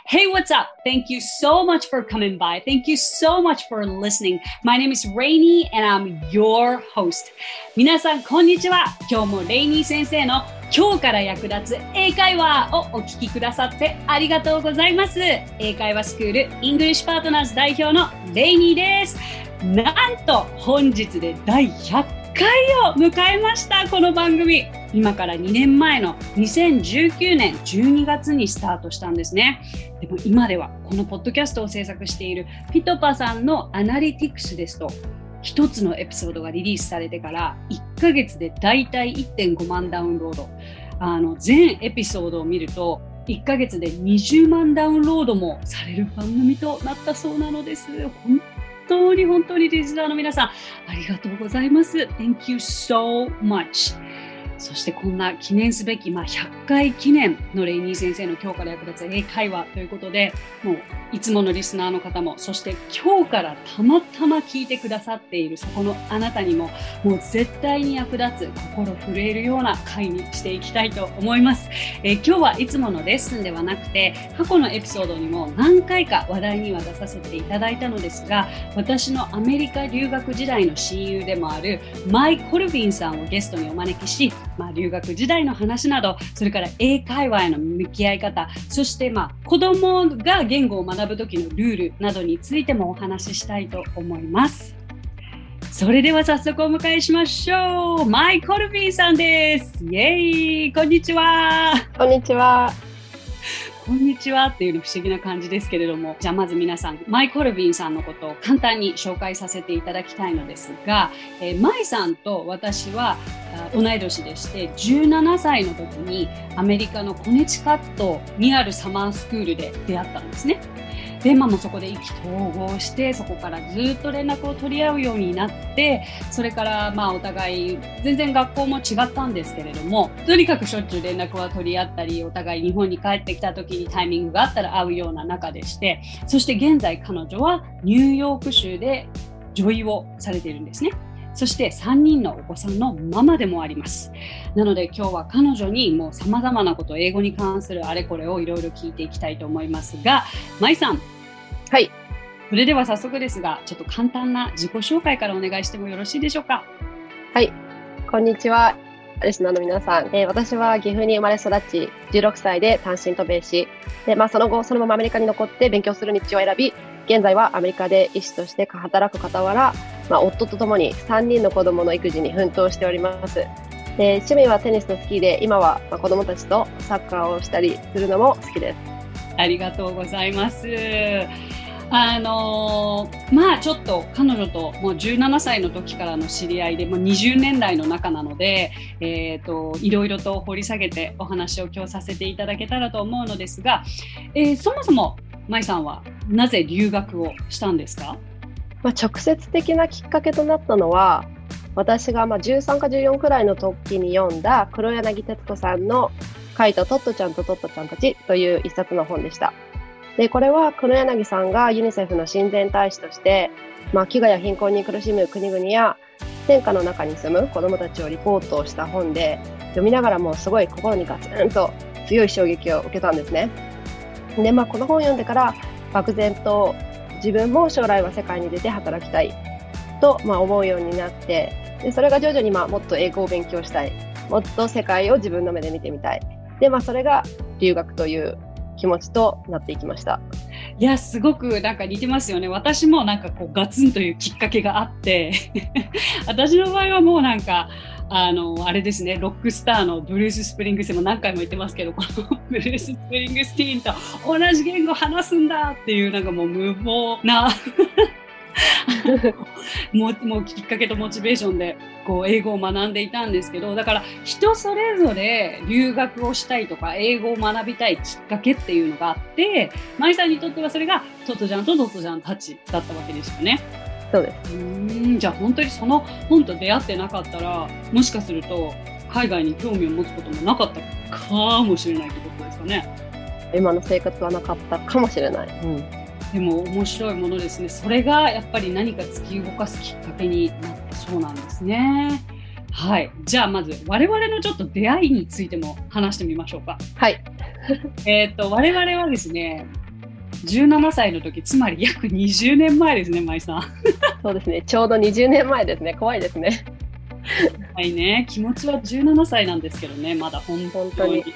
Hey, what's up? Thank you so much for coming by. Thank you so much for listening. My name is Rainy and I'm your host. 皆さん、こんにちは。今日もレイニー先生の今日から役立つ英会話をお聞きくださってありがとうございます。英会話スクール English Partners 代表のレイニーです。なんと本日で第100回を迎えました。この番組。今から2年前の2019年12月にスタートしたんですね。でも今ではこのポッドキャストを制作しているピトパさんのアナリティクスですと、一つのエピソードがリリースされてから1ヶ月でだいたい 1.5 万ダウンロード。全エピソードを見ると1ヶ月で20万ダウンロードもされる番組となったそうなのです。本当にリスナーの皆さんありがとうございます。Thank you so much。そしてこんな記念すべき、100回記念のレイニー先生の今日から役立つ英会話ということで、もういつものリスナーの方も、そして今日からたまたま聞いてくださっているそこのあなたにも、もう絶対に役立つ、心震えるような回にしていきたいと思います。今日はいつものレッスンではなくて、過去のエピソードにも何回か話題には出させていただいたのですが、私のアメリカ留学時代の親友でもあるマイ・コルビンさんをゲストにお招きし、留学時代の話など、それから英会話への向き合い方、そして子供が言語を学ぶ時のルールなどについてもお話ししたいと思います。それでは早速お迎えしましょう。マイ・コルビーさんです。イエーイ、こんにちは。 こんにちは。 こんにちはっていうの不思議な感じですけれども、じゃあまず皆さん、マイ・コルビンさんのことを簡単に紹介させていただきたいのですが、マイさんと私は同い年でして、17歳の時にアメリカのコネチカットにあるサマースクールで出会ったんですね。で、もうそこで意気投合して、そこからずっと連絡を取り合うようになって、それからお互い全然学校も違ったんですけれども、とにかくしょっちゅう連絡は取り合ったり、お互い日本に帰ってきた時にタイミングがあったら会うような仲でして、そして現在彼女はニューヨーク州で女医をされているんですね。そして3人のお子さんのママでもあります。なので今日は彼女にもう様々なこと、英語に関するあれこれをいろいろ聞いていきたいと思いますが、マイさん。 はい。 それでは早速ですが、ちょっと簡単な自己紹介からお願いしてもよろしいでしょうか。 はい。こんにちは。リスナーの皆さん。私は岐阜に生まれ育ち、16歳で単身渡米し、でその後、そのままアメリカに残って勉強する道を選び、現在はアメリカで医師として働く傍ら、夫と共に3人の子供の育児に奮闘しております。で、趣味はテニスとスキーで、今は子供たちとサッカーをしたりするのも好きです。 ありがとうございます。ちょっと彼女ともう17歳の時からの知り合いで、もう20年来の仲なので、いろいろと掘り下げてお話を今日させていただけたらと思うのですが、そもそも舞さんはなぜ留学をしたんですか？ 直接的なきっかけとなったのは、私が13か14くらいの時に読んだ黒柳徹子さんの書いたトットちゃんとトットちゃんたちという一冊の本でした。で、これは黒柳さんがユニセフの親善大使として、飢餓や貧困に苦しむ国々や戦火の中に住む子どもたちをリポートをした本で、読みながらもすごい心にガツンと強い衝撃を受けたんですね。で、この本を読んでから漠然と自分も将来は世界に出て働きたいと思うようになって、でそれが徐々にもっと英語を勉強したい、もっと世界を自分の目で見てみたい。で、それが留学という気持ちとなっていきました。 いや、すごく似てますよね。私もガツンというきっかけがあって私の場合はもうあれですね、ロックスターのブルース・スプリングスティーンも何回も言ってますけど、このブルース・スプリングスティーンと同じ言語を話すんだっていうもう無謀なもうきっかけとモチベーションで英語を学んでいたんですけど、だから人それぞれ留学をしたいとか英語を学びたいきっかけっていうのがあって、マイさんにとってはそれがトットちゃんとトットちゃんたちだったわけですよね。 そうです。 じゃあ本当にその本と出会ってなかったら、もしかすると海外に興味を持つこともなかったかもしれないってことですかね。 今の生活はなかったかもしれない。 でも面白いものですね。それがやっぱり何か突き動かすきっかけになったそうなんですね。はい。じゃあまず我々のちょっと出会いについても話してみましょうか。 はい。 我々はですね、 17歳の時、つまり約20年前ですね、舞さん。 そうですね。ちょうど20年前ですね。怖いですね。 はいね、気持ちは17歳なんですけどね、まだ本当に。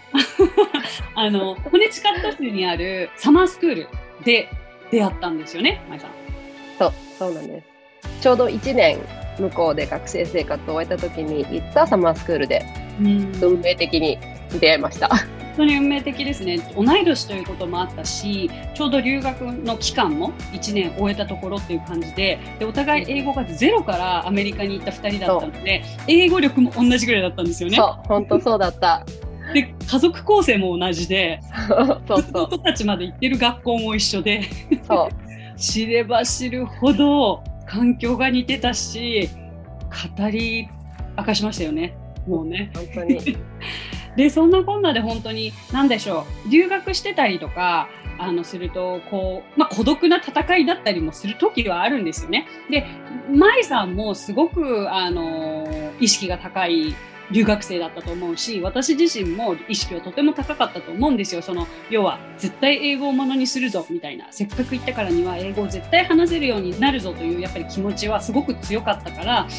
コネチカット州にあるサマースクールで出会ったんですよね、舞さん。 そうなんです。ちょうど1年向こうで学生生活を終えた時に行ったサマースクールで運命的に出会いました。 本当に運命的ですね。同い年ということもあったし、ちょうど留学の期間も1年終えたところっていう感じで、お互い英語がゼロからアメリカに行った2人だったので、英語力も同じぐらいだったんですよね。 そう、本当そうだった。 で、家族構成も同じで、 そう弟たちまで行ってる学校も一緒で、 そう知れば知るほど環境が似てたし、語り明かしましたよね。もうね。 本当に。 で、そんなこんなで本当に何でしょう、留学してたりとかするとこう、孤独な戦いだったりもする時はあるんですよね。で、舞さんもすごく意識が高い留学生だったと思うし、私自身も意識はとても高かったと思うんですよ。要は絶対英語をものにするぞみたいな、せっかく行ったからには英語を絶対話せるようになるぞというやっぱり気持ちはすごく強かったから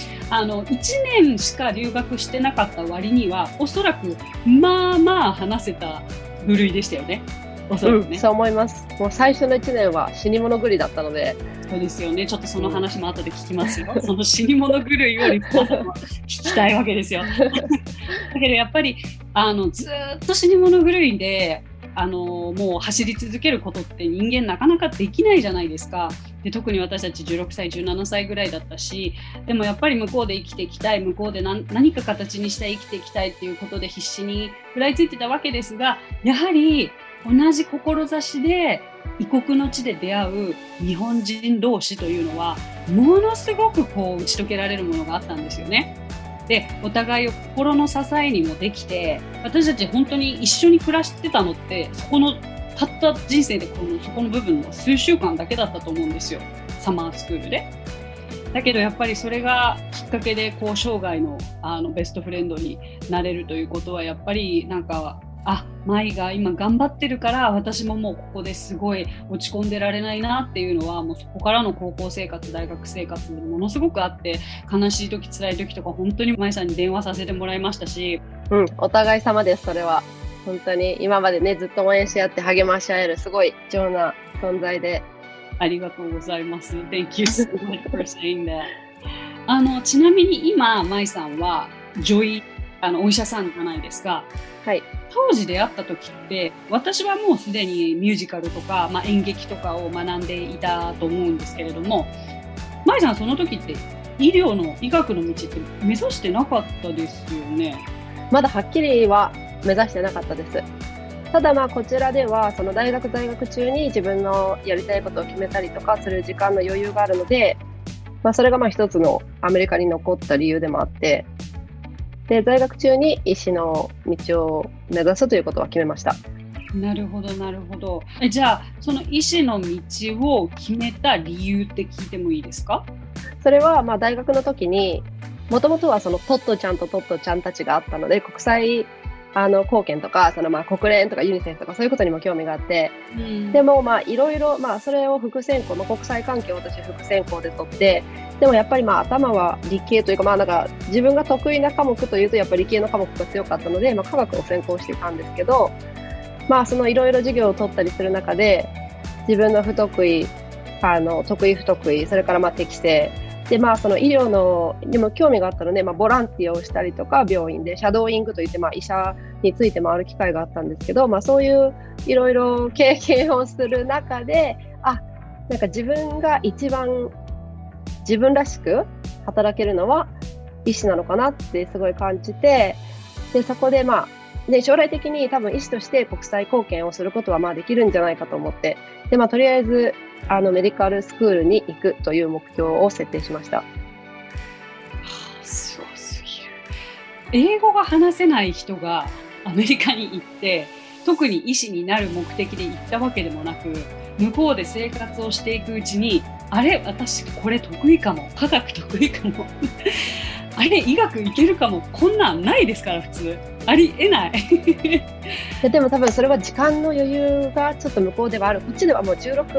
、1年しか留学してなかった割にはおそらくまあまあ話せた部類でしたよね。おそらくね、 そう思います。もう最初の1年は死に物狂いだったので。 そうですよね。ちょっとその話も後で聞きますよ。その死に物狂いをリポートも聞きたいわけですよ。だけどやっぱりずっと死に物狂いでもう走り続けることって人間なかなかできないじゃないですか。で、特に私たち16歳17歳ぐらいだったし、でもやっぱり向こうで生きていきたい、向こうで何か形にして生きていきたいっていうことで必死に食らいついてたわけですが、やはり同じ志で異国の地で出会う日本人同士というのはものすごく打ち解けられるものがあったんですよね。で、お互いを心の支えにもできて、私たち本当に一緒に暮らしてたのってそこのたった人生でそこの部分の数週間だけだったと思うんですよ、サマースクールで。だけどやっぱりそれがきっかけで生涯のベストフレンドになれるということは、やっぱり舞が今頑張ってるから私ももうここですごい落ち込んでられないなっていうのは、もうそこからの高校生活大学生活でものすごくあって、悲しい時辛い時とか本当に舞さんに電話させてもらいましたし、 お互い様です。それは本当に今までね、ずっと応援し合って励まし合えるすごい貴重な存在で。 ありがとうございます。 Thank you so much for saying that. ちなみに今舞さんは女医お医者さんじゃないですか。 はい。 当時出会った時って私はもうすでにミュージカルとか、演劇とかを学んでいたと思うんですけれども、舞さんその時って医学の道って目指してなかったですよね。 まだはっきりは目指してなかったです。ただこちらではその大学在学中に自分のやりたいことを決めたりとかする時間の余裕があるので、それが一つのアメリカに残った理由でもあって、で、在学中に医師の道を目指すということは決めました。 なるほど、なるほど。じゃあ、その医師の道を決めた理由って聞いてもいいですか？ それは、大学の時に、もともとはそのトットちゃんとトットちゃんたちがあったので、国際貢献とか、国連とかユニセフとかそういうことにも興味があって、でもいろいろ、それを副専攻の国際関係を私副専攻で取って、でもやっぱり頭は理系というか、自分が得意な科目というとやっぱり理系の科目が強かったので、科学を専攻していたんですけど、そのいろいろ授業を取ったりする中で、自分の不得意、得意不得意、それから適性で、その医療のにも興味があったので、ボランティアをしたりとか、病院でシャドーイングといって、医者について回る機会があったんですけど、そういういろいろ経験をする中で、自分が一番自分らしく働けるのは医師なのかなってすごい感じて、で、そこで将来的に多分医師として国際貢献をすることはできるんじゃないかと思って、で、とりあえずメディカルスクールに行くという目標を設定しました。 すごすぎる。英語が話せない人がアメリカに行って、特に医師になる目的で行ったわけでもなく、向こうで生活をしていくうちに、あれ、私これ得意かも、科学得意かもあれ、医学いけるかも、こんなんないですから普通ありえないでも多分それは時間の余裕がちょっと向こうではある。こっちではもう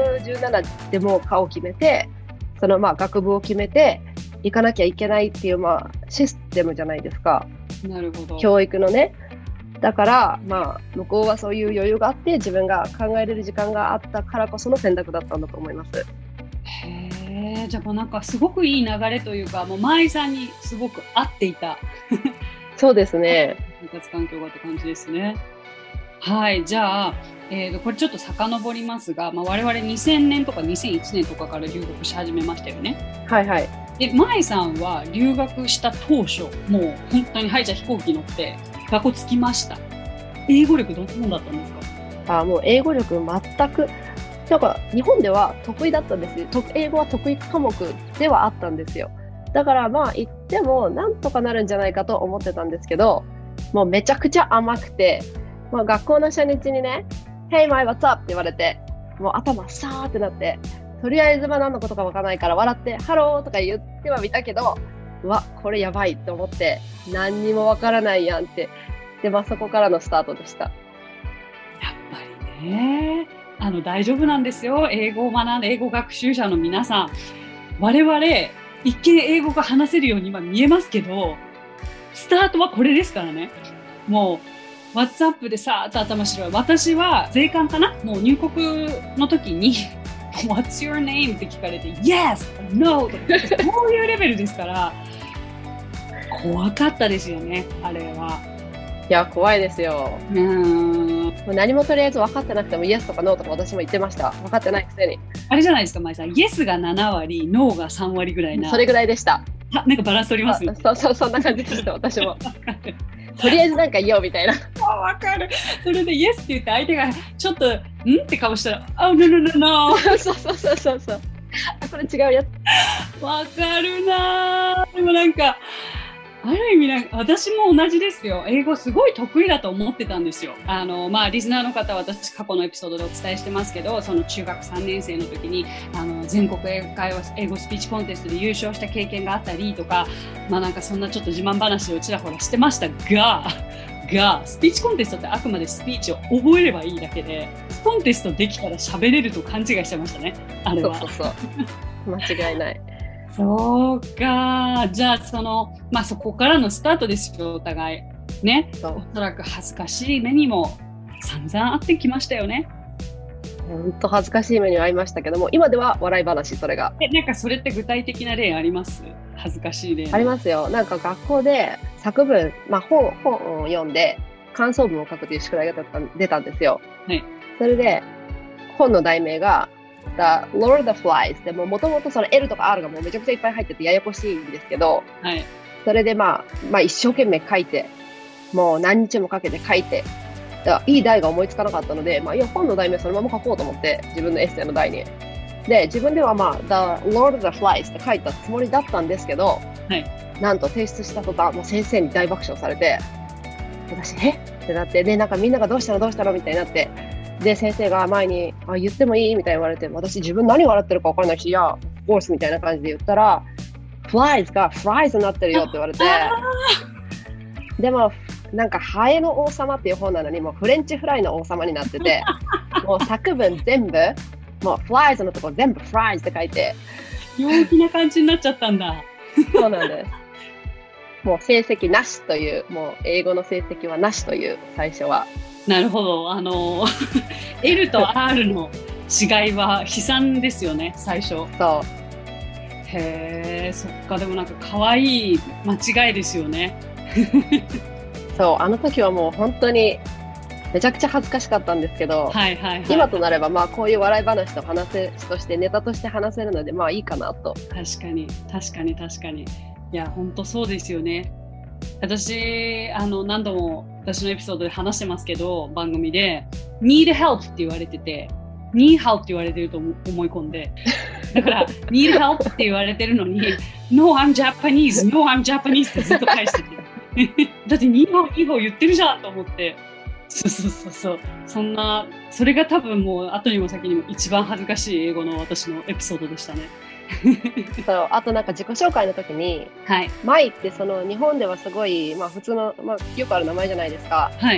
16、17でもう顔を決めて、そのまあ学部を決めて行かなきゃいけないっていうまあシステムじゃないですか。 なるほど。 教育のね。だからまあ向こうはそういう余裕があって自分が考えれる時間があったからこその選択だったんだと思います。 へえ、じゃあもうなんかすごくいい流れというか、もう舞さんにすごく合っていたそうですね。 生活環境がって感じですね。はい、じゃあ、これちょっと遡りますが、まあ、我々2000年とか2001年とかから留学し始めましたよね。 はいはい。 で、舞さんは留学した当初、もう本当に、はい、じゃあ飛行機乗って学校着きました。英語力どんなもんだったんですか？ もう英語力全く、なんか日本では得意だったんですよ。英語は得意科目ではあったんですよ。だからまあ言ってもなんとかなるんじゃないかと思ってたんですけど、もうめちゃくちゃ甘くて、まあ、学校の初日にね、Hey, my, what's up? って言われて、もう頭さーってなって、とりあえずは何のことかわからないから笑って、ハローとか言ってはみたけど、うわ、これやばいって思って、何にもわからないやんって。で、まあそこからのスタートでした。 やっぱりね、大丈夫なんですよ。英語を学んで、英語学習者の皆さん。我々、一見英語が話せるように今見えますけど、スタートはこれですからね。もう、WhatsApp でさーっと頭白い。私は税関かな？もう入国の時にWhat's your name? って聞かれて Yes! No! とかそういうレベルですから怖かったですよね、あれは。 いや、怖いですよ。もう何もとりあえず分かってなくても Yes とか No とか私も言ってました。分かってないくせに。 あれじゃないですか、舞さん。Yes が7割、No が3割ぐらいな。 それぐらいでした。 なんかバランス取りますよ。 そう、そんな感じでした、私も。とりあえずなんか言おうみたいな。 わかる。それで Yes って言って相手がちょっとんって顔したらOh, no, no, no, no. そう。これ違うやつ。 わかるな。でもなんか、ある意味なんか私も同じですよ。英語すごい得意だと思ってたんですよ。まあリスナーの方は私過去のエピソードでお伝えしてますけど、その中学3年生の時に全国英会話英語スピーチコンテストで優勝した経験があったりとか、まあなんかそんなちょっと自慢話をちらほらしてましたが、スピーチコンテストってあくまでスピーチを覚えればいいだけで、コンテストできたら喋れると勘違いしてましたね。あれは。 そう間違いない。 そうか。じゃあまあ、そこからのスタートですよ、お互い。ね。おそらく恥ずかしい目にも散々あってきましたよね。 本当恥ずかしい目には遭いましたけども、今では笑い話、それが。 なんかそれって具体的な例あります？恥ずかしい例。 ありますよ。なんか学校で作文、まあ本を読んで感想文を書くという宿題が出たんですよ。 はい。 それで本の題名がThe Lord of the Flies でもともとその L とか R がもうめちゃくちゃいっぱい入っててややこしいんですけど、 はい、 それでまあ一生懸命書いて、もう何日もかけて書いて、いい題が思いつかなかったので、まあ、いや本の題名そのまま書こうと思って自分のエッセイの題に。で、自分ではまあ The Lord of the Flies って書いたつもりだったんですけど、 はい、 なんと提出した途端、もう先生に大爆笑されて、私、ってなって、で、なんかみんながどうしたのみたいになって、で、先生が前に、言ってもいいみたいに言われて、私自分何笑ってるか分からないし、いや、コースみたいな感じで言ったら、Flies が Fries になってるよって言われて、でも、なんか、ハエの王様っていう本なのに、もうフレンチフライの王様になってて、もう作文全部、もう Flies のとこ全部 Fries って書いて。 陽気な感じになっちゃったんだ。 そうなんです。もう成績なしという、もう英語の成績はなしという、最初は。 なるほど。L と R の違いは悲惨ですよね、最初。 そう。 へー、そっか。でもなんか可愛い間違いですよね。 そう、あの時はもう本当にめちゃくちゃ恥ずかしかったんですけど、今となればまあこういう笑い話としてネタとして話せるのでまあいいかなと。 確かに。いや、本当そうですよね。私、何度も私のエピソードで話してますけど、番組で need help って言われてて、need help って言われてると思い込んで、だから need help って言われてるのにNo, I'm Japanese ってずっと返しててだってニーハオ言ってるじゃんと思って、そうそれが多分もう後にも先にも一番恥ずかしい英語の私のエピソードでしたね。 そうあとなんか自己紹介の時に、はい、マイってその日本ではすごい、まあ、普通の、まあ、よくある名前じゃないですか。 はい、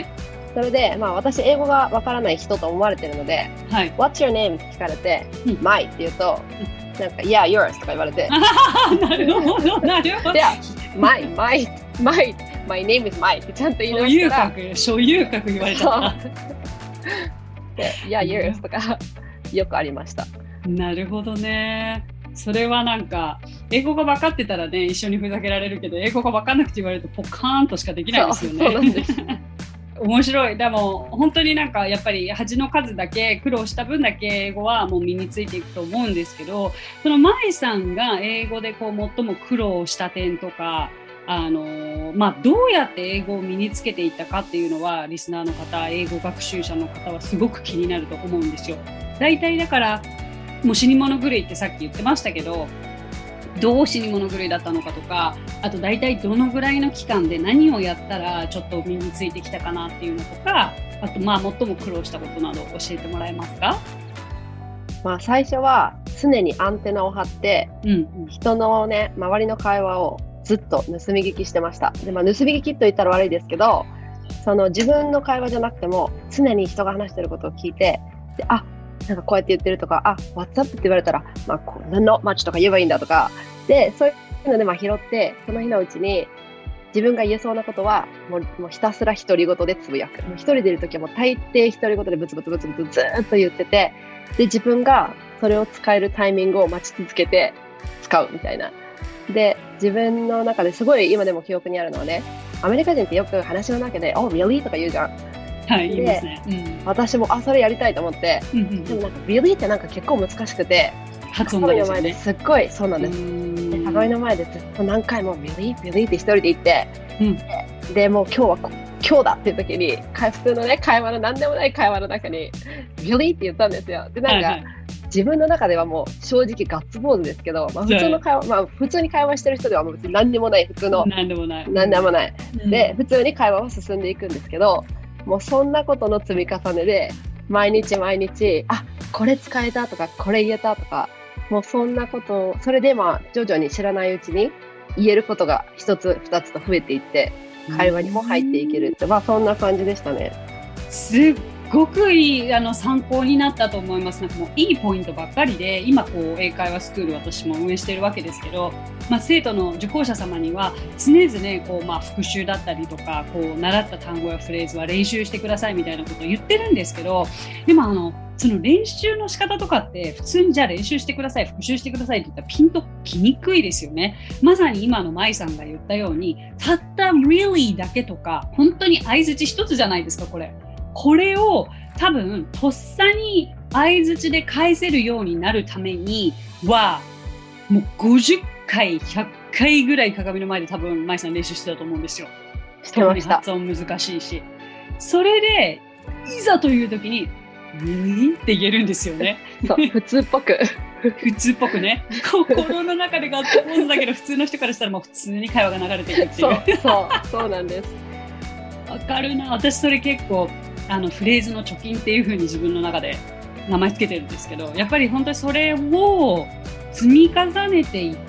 それで、まあ私英語がわからない人と思われてるので、 はい。 What's your name? って聞かれて、 うん My って言うと、なんか Yeah, yours とか言われて、 なるほど、なるほど。 で、My name is My ってちゃんと言い直したら、 所有格言われちゃっで Yeah, yours とかよくありました。 た。なるほどね。それはなんか、英語が分かってたらね、一緒にふざけられるけど、英語が分かんなくて言われるとポカーンとしかできないですよね。 そうなんです。 面白い。でも本当になんかやっぱり恥の数だけ苦労した分だけ英語はもう身についていくと思うんですけど、その舞さんが英語でこう最も苦労した点とか、どうやって英語を身につけていったかっていうのはリスナーの方、英語学習者の方はすごく気になると思うんですよ。大体だからもう死に物狂いってさっき言ってましたけど、どう死に物狂いだったのかとか、あと大体どのぐらいの期間で何をやったらちょっと身についてきたかなっていうのとか、あと最も苦労したことなど教えてもらえますか？ まあ最初は常にアンテナを張って、人のね、周りの会話をずっと盗み聞きしてました。で、盗み聞きと言ったら悪いですけど、その自分の会話じゃなくても常に人が話してることを聞いて、で、なんかこうやって言ってるとか、What's up って言われたら、何のマッチとか言えばいいんだとか、で、そういうので拾って、その日のうちに自分が言えそうなことはもうひたすら独り言でつぶやく。もう一人でいるときはもう大抵独り言でブツブツブツブツずーっと言ってて、で、自分がそれを使えるタイミングを待ち続けて使うみたいな。で、自分の中ですごい今でも記憶にあるのはね、アメリカ人ってよく話の中で、Oh, really? とか言うじゃん。 はい、言いますね。 私も、それやりたいと思って、でもなんか、really? ってなんか結構難しくて、 発音がですよね。 すっごい、そうなんです。で、鏡の前でずっと何回も really? really? って一人で言って、で、もう今日だっていう時に、普通のね、会話の何でもない会話の中に、really? って言ったんですよ。で、なんか、自分の中ではもう正直ガッツポーズですけど、普通の会話、普通に会話してる人では別に何でもない、普通の。 何でもない。 で、普通に会話は進んでいくんですけど、もうそんなことの積み重ねで、毎日、これ使えたとか、これ言えたとか、もうそんなことを、それで徐々に知らないうちに言えることが一つ、二つと増えていって、会話にも入っていけるって、そんな感じでしたね。 すっごくいい参考になったと思います。なんかもういいポイントばっかりで、今英会話スクール私も運営しているわけですけど、生徒の受講者様には常々復習だったりとか習った単語やフレーズは練習してくださいみたいなことを言ってるんですけど、でもその練習の仕方とかって普通にじゃあ練習してください、復習してくださいって言ったらピンときにくいですよね。まさに今の舞さんが言ったように、たった really だけとか本当に相槌一つじゃないですか。これを多分とっさに相槌で返せるようになるためにはもう50回100回ぐらい鏡の前で多分舞さん練習してたと思うんですよ。 してました。 発音難しいし、それでいざという時にreally? って言えるんですよね。 そう普通っぽくね。心の中でガッツポーズだけど普通の人からしたらもう普通に会話が流れていくっていう。 そうなんです。 わかるな。私それ結構フレーズの貯金っていう風に自分の中で名前つけてるんですけど、やっぱり本当にそれを積み重ねていって、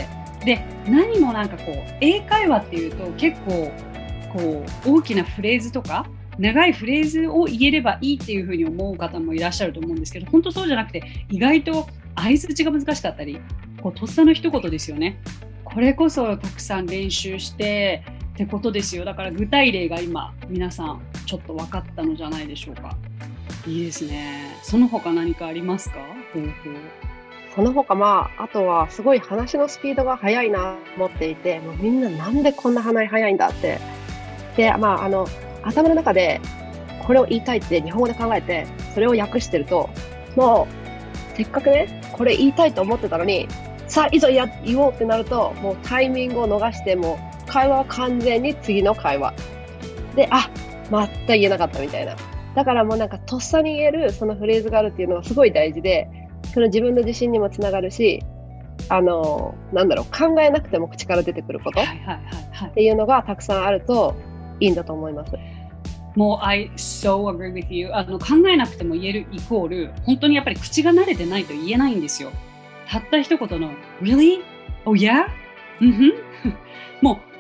で何もなんか英会話っていうと結構大きなフレーズとか長いフレーズを言えればいいっていう風に思う方もいらっしゃると思うんですけど、本当そうじゃなくて意外と相槌が難しかったり、とっさの一言ですよね。これこそたくさん練習してってことですよ。だから具体例が今皆さんちょっと分かったのじゃないでしょうか。いいですね。その他何かありますか？ その他あとはすごい話のスピードが速いなと思っていて、もうみんななんでこんな話速いんだって。で、頭の中でこれを言いたいって日本語で考えて、それを訳してると、もうせっかくね、これ言いたいと思ってたのに、さあいざ言おうってなると、もうタイミングを逃して、もう会話は完全に次の会話で、また言えなかったみたいな。だからもうなんかとっさに言えるそのフレーズがあるっていうのはすごい大事で、その自分の自信にもつながるし、考えなくても口から出てくることっていうのがたくさんあるといいんだと思います。 もう I so agree with you。考えなくても言えるイコール、本当にやっぱり口が慣れてないと言えないんですよ。たった一言の Really? Oh yeah? もう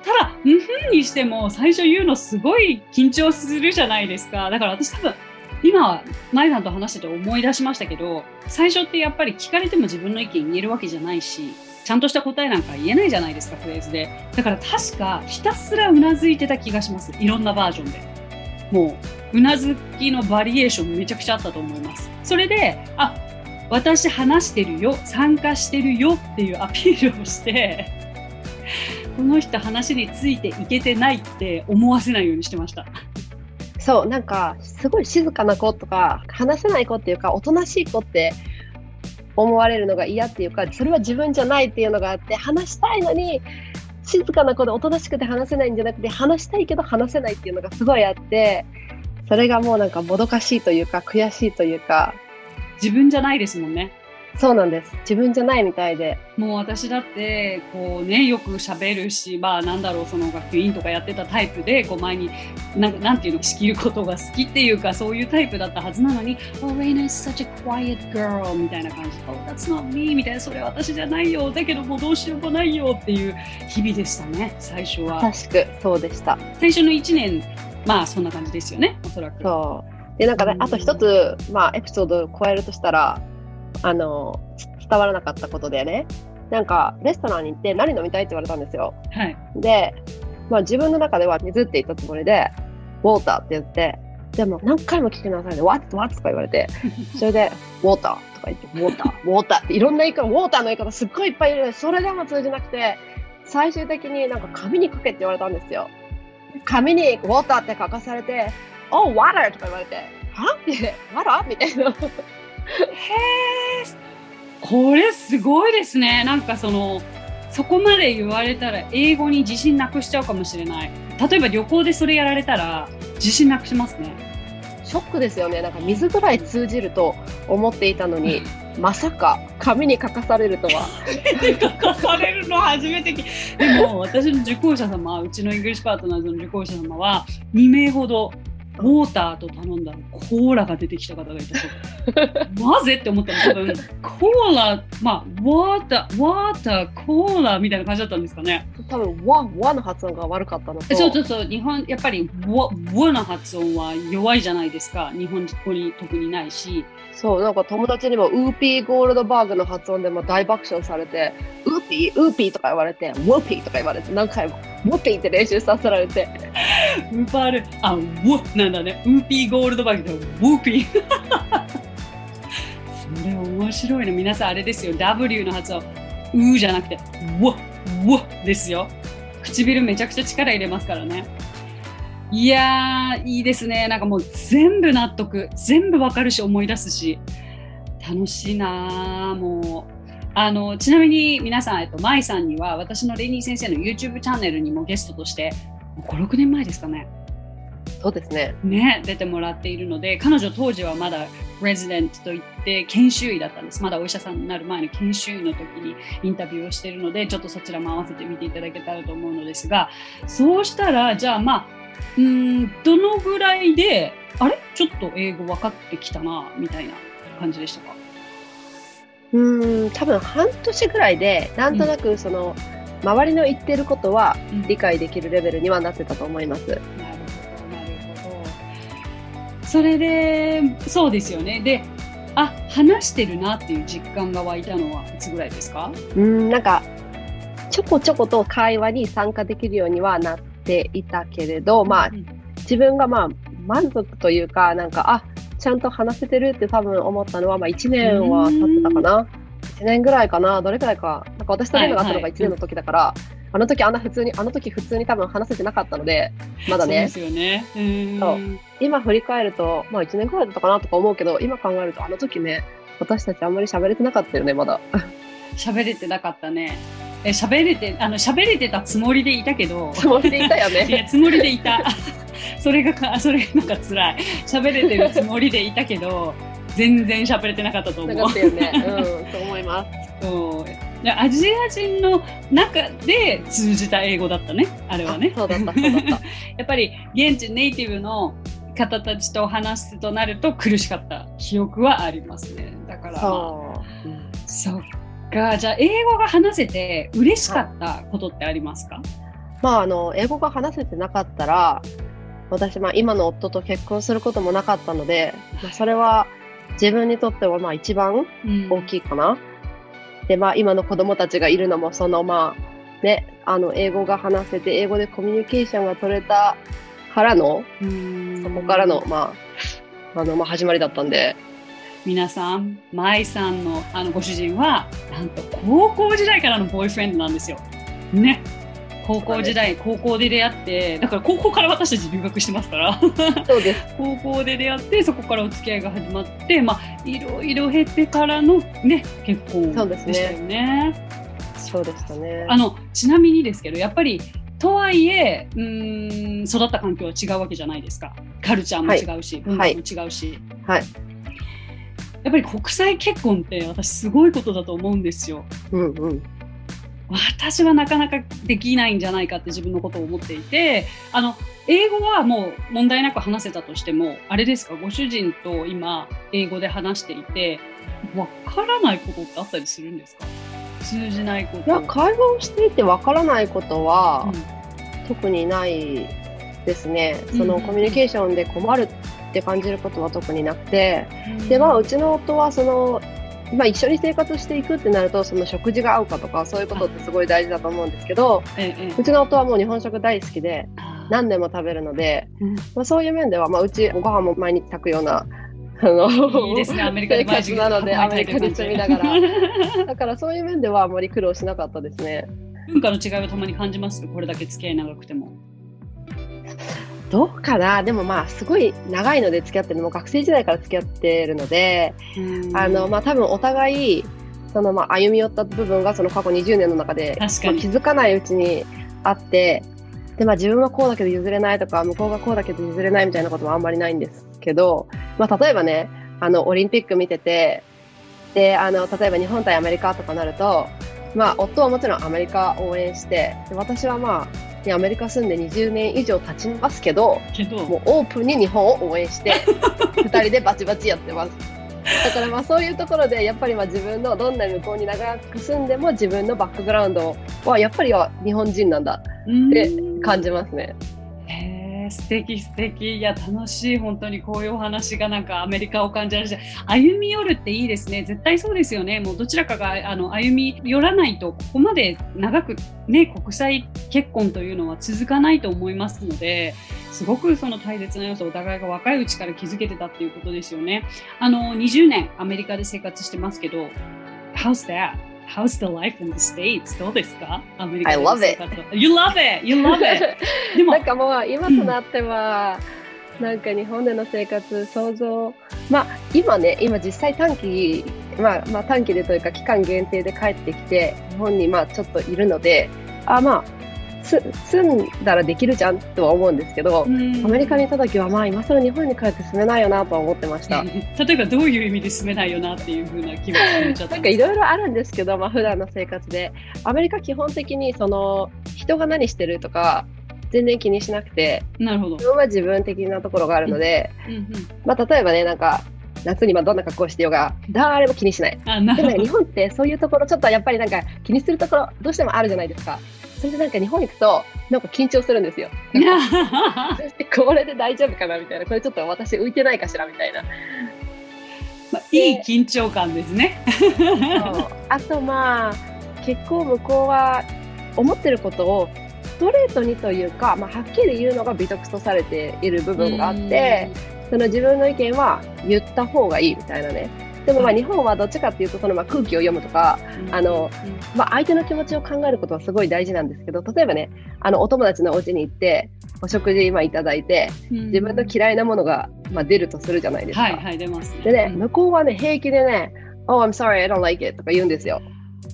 ただうんふんにしても最初言うのすごい緊張するじゃないですか。だから私多分今まゆさんと話してて思い出しましたけど、最初ってやっぱり聞かれても自分の意見言えるわけじゃないし、ちゃんとした答えなんか言えないじゃないですか、フレーズで。だから確かひたすらうなずいてた気がします。いろんなバージョンで。もううなずきのバリエーションめちゃくちゃあったと思います。それで、あ、私話してるよ、参加してるよっていうアピールをしてこの人話についていけてないって思わせないようにしてました。 そう、なんかすごい静かな子とか話せない子っていうかおとなしい子って思われるのが嫌っていうか、それは自分じゃないっていうのがあって、話したいのに静かな子でおとなしくて話せないんじゃなくて、話したいけど話せないっていうのがすごいあって、それがもうなんかもどかしいというか悔しいというか。 自分じゃないですもんね。 そうなんです。自分じゃないみたいで。 もう私だってこうね、よく喋るし、まあなんだろう、その学級委員とかやってたタイプで、こう前になんていうの、仕切ることが好きっていうか、そういうタイプだったはずなのに、Oh, Reina is such a quiet girl みたいな感じで、Oh, that's not me みたいな、それ私じゃないよ、だけどもうどうしようもないよっていう日々でしたね、最初は。 確かそうでした。 最初の1年、まあそんな感じですよね、おそらく。 そう。で、なんかね、あと一つ、まあエピソードを加えるとしたら、伝わらなかったことでね、なんかレストランに行って何飲みたいって言われたんですよ。 はい。 で、まあ自分の中では水って言ったつもりで、ウォーターって言って、でも何回も聞きなさいね、What とか言われて、それで、ウォーターとか言って、ウォーター、ウォーターっていろんな言い方、ウォーターの言い方すっごいいっぱいいるので、それでも通じなくて、最終的になんか紙に書けって言われたんですよ。紙にウォーターって書かされて、Oh, water とか言われて、はって、water? みたいな。 へー、これすごいですね。なんかそこまで言われたら英語に自信なくしちゃうかもしれない。例えば旅行でそれやられたら自信なくしますね。 ショックですよね。なんか水ぐらい通じると思っていたのに、まさか紙に書かされるとは。 紙に書かされるの初めて聞いた。でも私の受講者様、うちのイングリッシュパートナーズの受講者様は2名ほどウォーターと頼んだらコーラが出てきた方がいたそうなぜって思ったら、多分コーラ、まあウォーターコーラみたいな感じだったんですかね。 多分ワの発音が悪かったのと、 そう日本やっぱりウの発音は弱いじゃないですか。日本語に特にないし。 そう、なんか友達にもウーピーゴールドバーグの発音でも大爆笑されて、ウーピーとか言われて、ウォーピーとか言われて、何回もウォーピーって練習させられて、 ウーパール、あ、ウォなんだね。ウーピーゴールドバーグでウォーピーそれ面白いの。皆さんあれですよ、 W の発音ウーじゃなくてウォですよ。唇めちゃくちゃ力入れますからね。いやー、いいですね。なんかもう全部納得、全部わかるし思い出すし楽しいな。もうちなみに皆さん、マイさんには私のレイニー先生の YouTube チャンネルにもゲストとして5、6年前ですかね。 そうですね。 出てもらっているので、彼女当時はまだレジデントといって研修医だったんです。まだお医者さんになる前の研修医の時にインタビューをしているので、ちょっとそちらも合わせて見ていただけたらと思うのですが、そうしたらじゃあまあどのぐらいであれちょっと英語分かってきたなみたいな感じでしたか？ 多分半年ぐらいでなんとなく周りの言ってることは理解できるレベルにはなってたと思います。 なるほど。それでそうですよね。で、話してるなっていう実感が湧いたのはいつぐらいですか？ なんかちょこちょこと会話に参加できるようにはなっていたけれど、まあ自分がまあ満足というか、なんかちゃんと話せてるって多分思ったのは、まあ1年は経ってたかな。1年ぐらいかな、どれくらいか。なんか私とレナがあったのが1年の時だから、あの時普通に多分話せてなかったので、まだね。 そうですよね。 そう今振り返ると、まあ1年くらいだったかなとか思うけど、今考えるとあの時ね、私たちあんまり喋れてなかったよね、まだ。 喋れてなかったね。喋れてたつもりでいたけど。 つもりでいたよね。 いや、つもりでいた。それがなんか辛い。喋れてるつもりでいたけど、全然喋れてなかったと思う。 なかったよね。そう思います。 アジア人の中で通じた英語だったね、あれはね。 そうだった。 やっぱり現地ネイティブの方たちと話すとなると苦しかった記憶はありますね。だから、そっか。じゃあ英語が話せて嬉しかったことってありますか？ 英語が話せてなかったら、私、今の夫と結婚することもなかったので、それは自分にとっては一番大きいかな。で、今の子供たちがいるのも、英語が話せて、英語でコミュニケーションが取れたからの、そこからの、始まりだったんで。 皆さん、舞さんのご主人は、なんと高校時代からのボーイフレンドなんですよ。ね。高校時代、高校で出会って、だから高校から私たち留学してますから。 そうです。 高校で出会って、そこからお付き合いが始まって、いろいろ経てからのね、結婚でしたよね。 そうでしたね。 ちなみにですけど、やっぱり、とはいえ、育った環境は違うわけじゃないですか。カルチャーも違うし、文化も違うし。 はい。 やっぱり国際結婚って私すごいことだと思うんですよ。私はなかなかできないんじゃないかって自分のことを思っていて、英語はもう問題なく話せたとしても、あれですか、ご主人と今英語で話していて、わからないことってあったりするんですか？通じないこと。 いや、会話をしていてわからないことは、特にないですね。コミュニケーションで困るって感じることは特になくて、で、うちの夫は一緒に生活していくってなると、食事が合うかとか、そういうことってすごい大事だと思うんですけど、うちの夫はもう日本食大好きで、何でも食べるので、そういう面では、うちご飯も毎日炊くような、 いいですね、アメリカで生活なので、アメリカに住みながら。だからそういう面ではあまり苦労しなかったですね。 文化の違いはたまに感じます？これだけ付き合い長くても。 どうかな。でもすごい長いので付き合ってるのも学生時代から付き合ってるので、多分お互い歩み寄った部分が過去20年の中で、気づかないうちにあって、で自分はこうだけど譲れないとか、向こうがこうだけど譲れないみたいなこともあんまりないんですけど、例えばね、オリンピック見てて、で例えば日本対アメリカとかなると、夫はもちろんアメリカを応援して、で私はアメリカ住んで20年以上経ちますけど、もうオープンに日本を応援して2人でバチバチやってます。だからそういうところでやっぱり自分のどんなに向こうに長く住んでも自分のバックグラウンドはやっぱり日本人なんだって感じますね。 素敵素敵。いや楽しい。本当にこういうお話がなんかアメリカを感じられて、歩み寄るっていいですね。絶対そうですよね。もうどちらかが歩み寄らないとここまで長くね、国際結婚というのは続かないと思いますので、すごく大切な要素をお互いが若いうちから気づけてたっていうことですよね。20年アメリカで生活してますけど、How's the life in the States? どうですか？アメリカでの生活。I love it! You love it! You love it! でもなんかもう今となっては、なんか日本での生活想像、今実際短期でというか期間限定で帰ってきて日本にちょっといるので、住んだらできるじゃんとは思うんですけど、アメリカにいた時は今更日本に帰って住めないよなとは思ってました。 例えばどういう意味で住めないよなっていう風な気分になっちゃった？ なんかいろいろあるんですけど、普段の生活でアメリカ基本的に人が何してるとか全然気にしなくて、 なるほど。 自分は自分的なところがあるので、例えばね、なんか夏にどんな格好してようが誰も気にしない。でも日本ってそういうところちょっとやっぱりなんか気にするところどうしてもあるじゃないですか。それでなんか日本行くとなんか緊張するんですよ。これで大丈夫かなみたいな、これちょっと私浮いてないかしらみたいな。 いい緊張感ですね。 あと結構向こうは思ってることをストレートにというか、はっきり言うのが美徳とされている部分があって、自分の意見は言った方がいいみたいなね。でも日本はどっちかっていうと空気を読むとか、相手の気持ちを考えることはすごい大事なんですけど、例えばね、お友達のお家に行ってお食事いただいて、自分の嫌いなものが出るとするじゃないですか。 はいはい、出ますね。 でね、向こうはね平気でね、Oh, I'm sorry, I don't like it とか言うんですよ。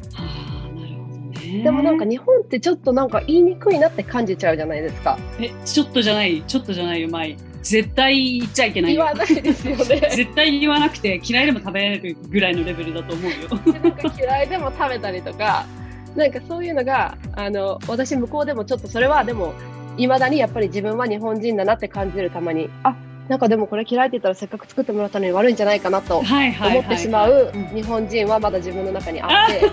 でもなんか日本ってちょっとなんか言いにくいなって感じちゃうじゃないですか。 ちょっとじゃないよ、舞。絶対言っちゃいけないよ。 言わないですよね。 絶対言わなくて嫌いでも食べられるぐらいのレベルだと思うよ。 なんか嫌いでも食べたりとか、なんかそういうのが私向こうでもちょっとそれはでも未だにやっぱり自分は日本人だなって感じるたまになんかでもこれ嫌いって言ったらせっかく作ってもらったのに悪いんじゃないかなと思ってしまう日本人はまだ自分の中にあって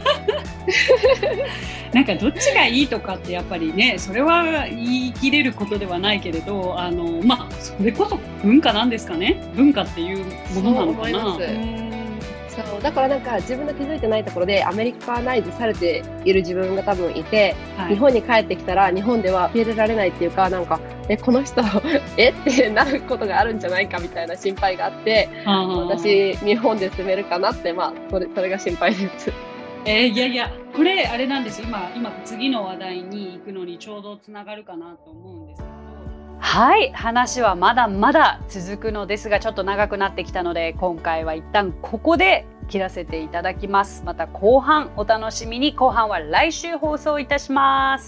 なんかどっちがいいとかってやっぱりね、それは言い切れることではないけれど、まあそれこそ文化なんですかね。文化っていうものなのかな。 そう思います。そうだからなんか自分の気づいてないところでアメリカナイズされている自分が多分いて、日本に帰ってきたら日本では受け入れられないっていうか、なんかこの人ってなることがあるんじゃないかみたいな心配があって、私日本で住めるかなって、まあそれが心配です。 いやこれあれなんですよ。今次の話題に行くのにちょうどつながるかなと思うんですけど、はい、話はまだまだ続くのですが、ちょっと長くなってきたので今回は一旦ここで切らせていただきます。また後半お楽しみに。後半は来週放送いたします。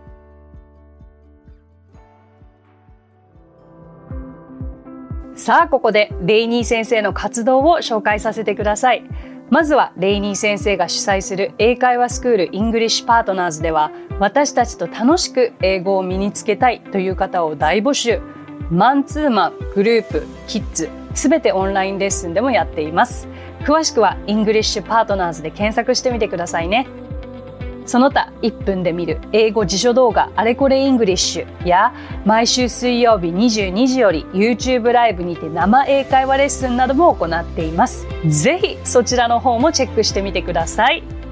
さあここでレイニー先生の活動を紹介させてください。まずはレイニー先生が主催する英会話スクールイングリッシュパートナーズでは、私たちと楽しく英語を身につけたいという方を大募集。マンツーマン、グループ、キッズ、すべてオンラインレッスンでもやっています。詳しくはイングリッシュパートナーズで検索してみてくださいね。その他1分で見る英語辞書動画あれこれイングリッシュや、毎週水曜日22時より YouTube ライブにて生英会話レッスンなども行っています。ぜひそちらの方もチェックしてみてください。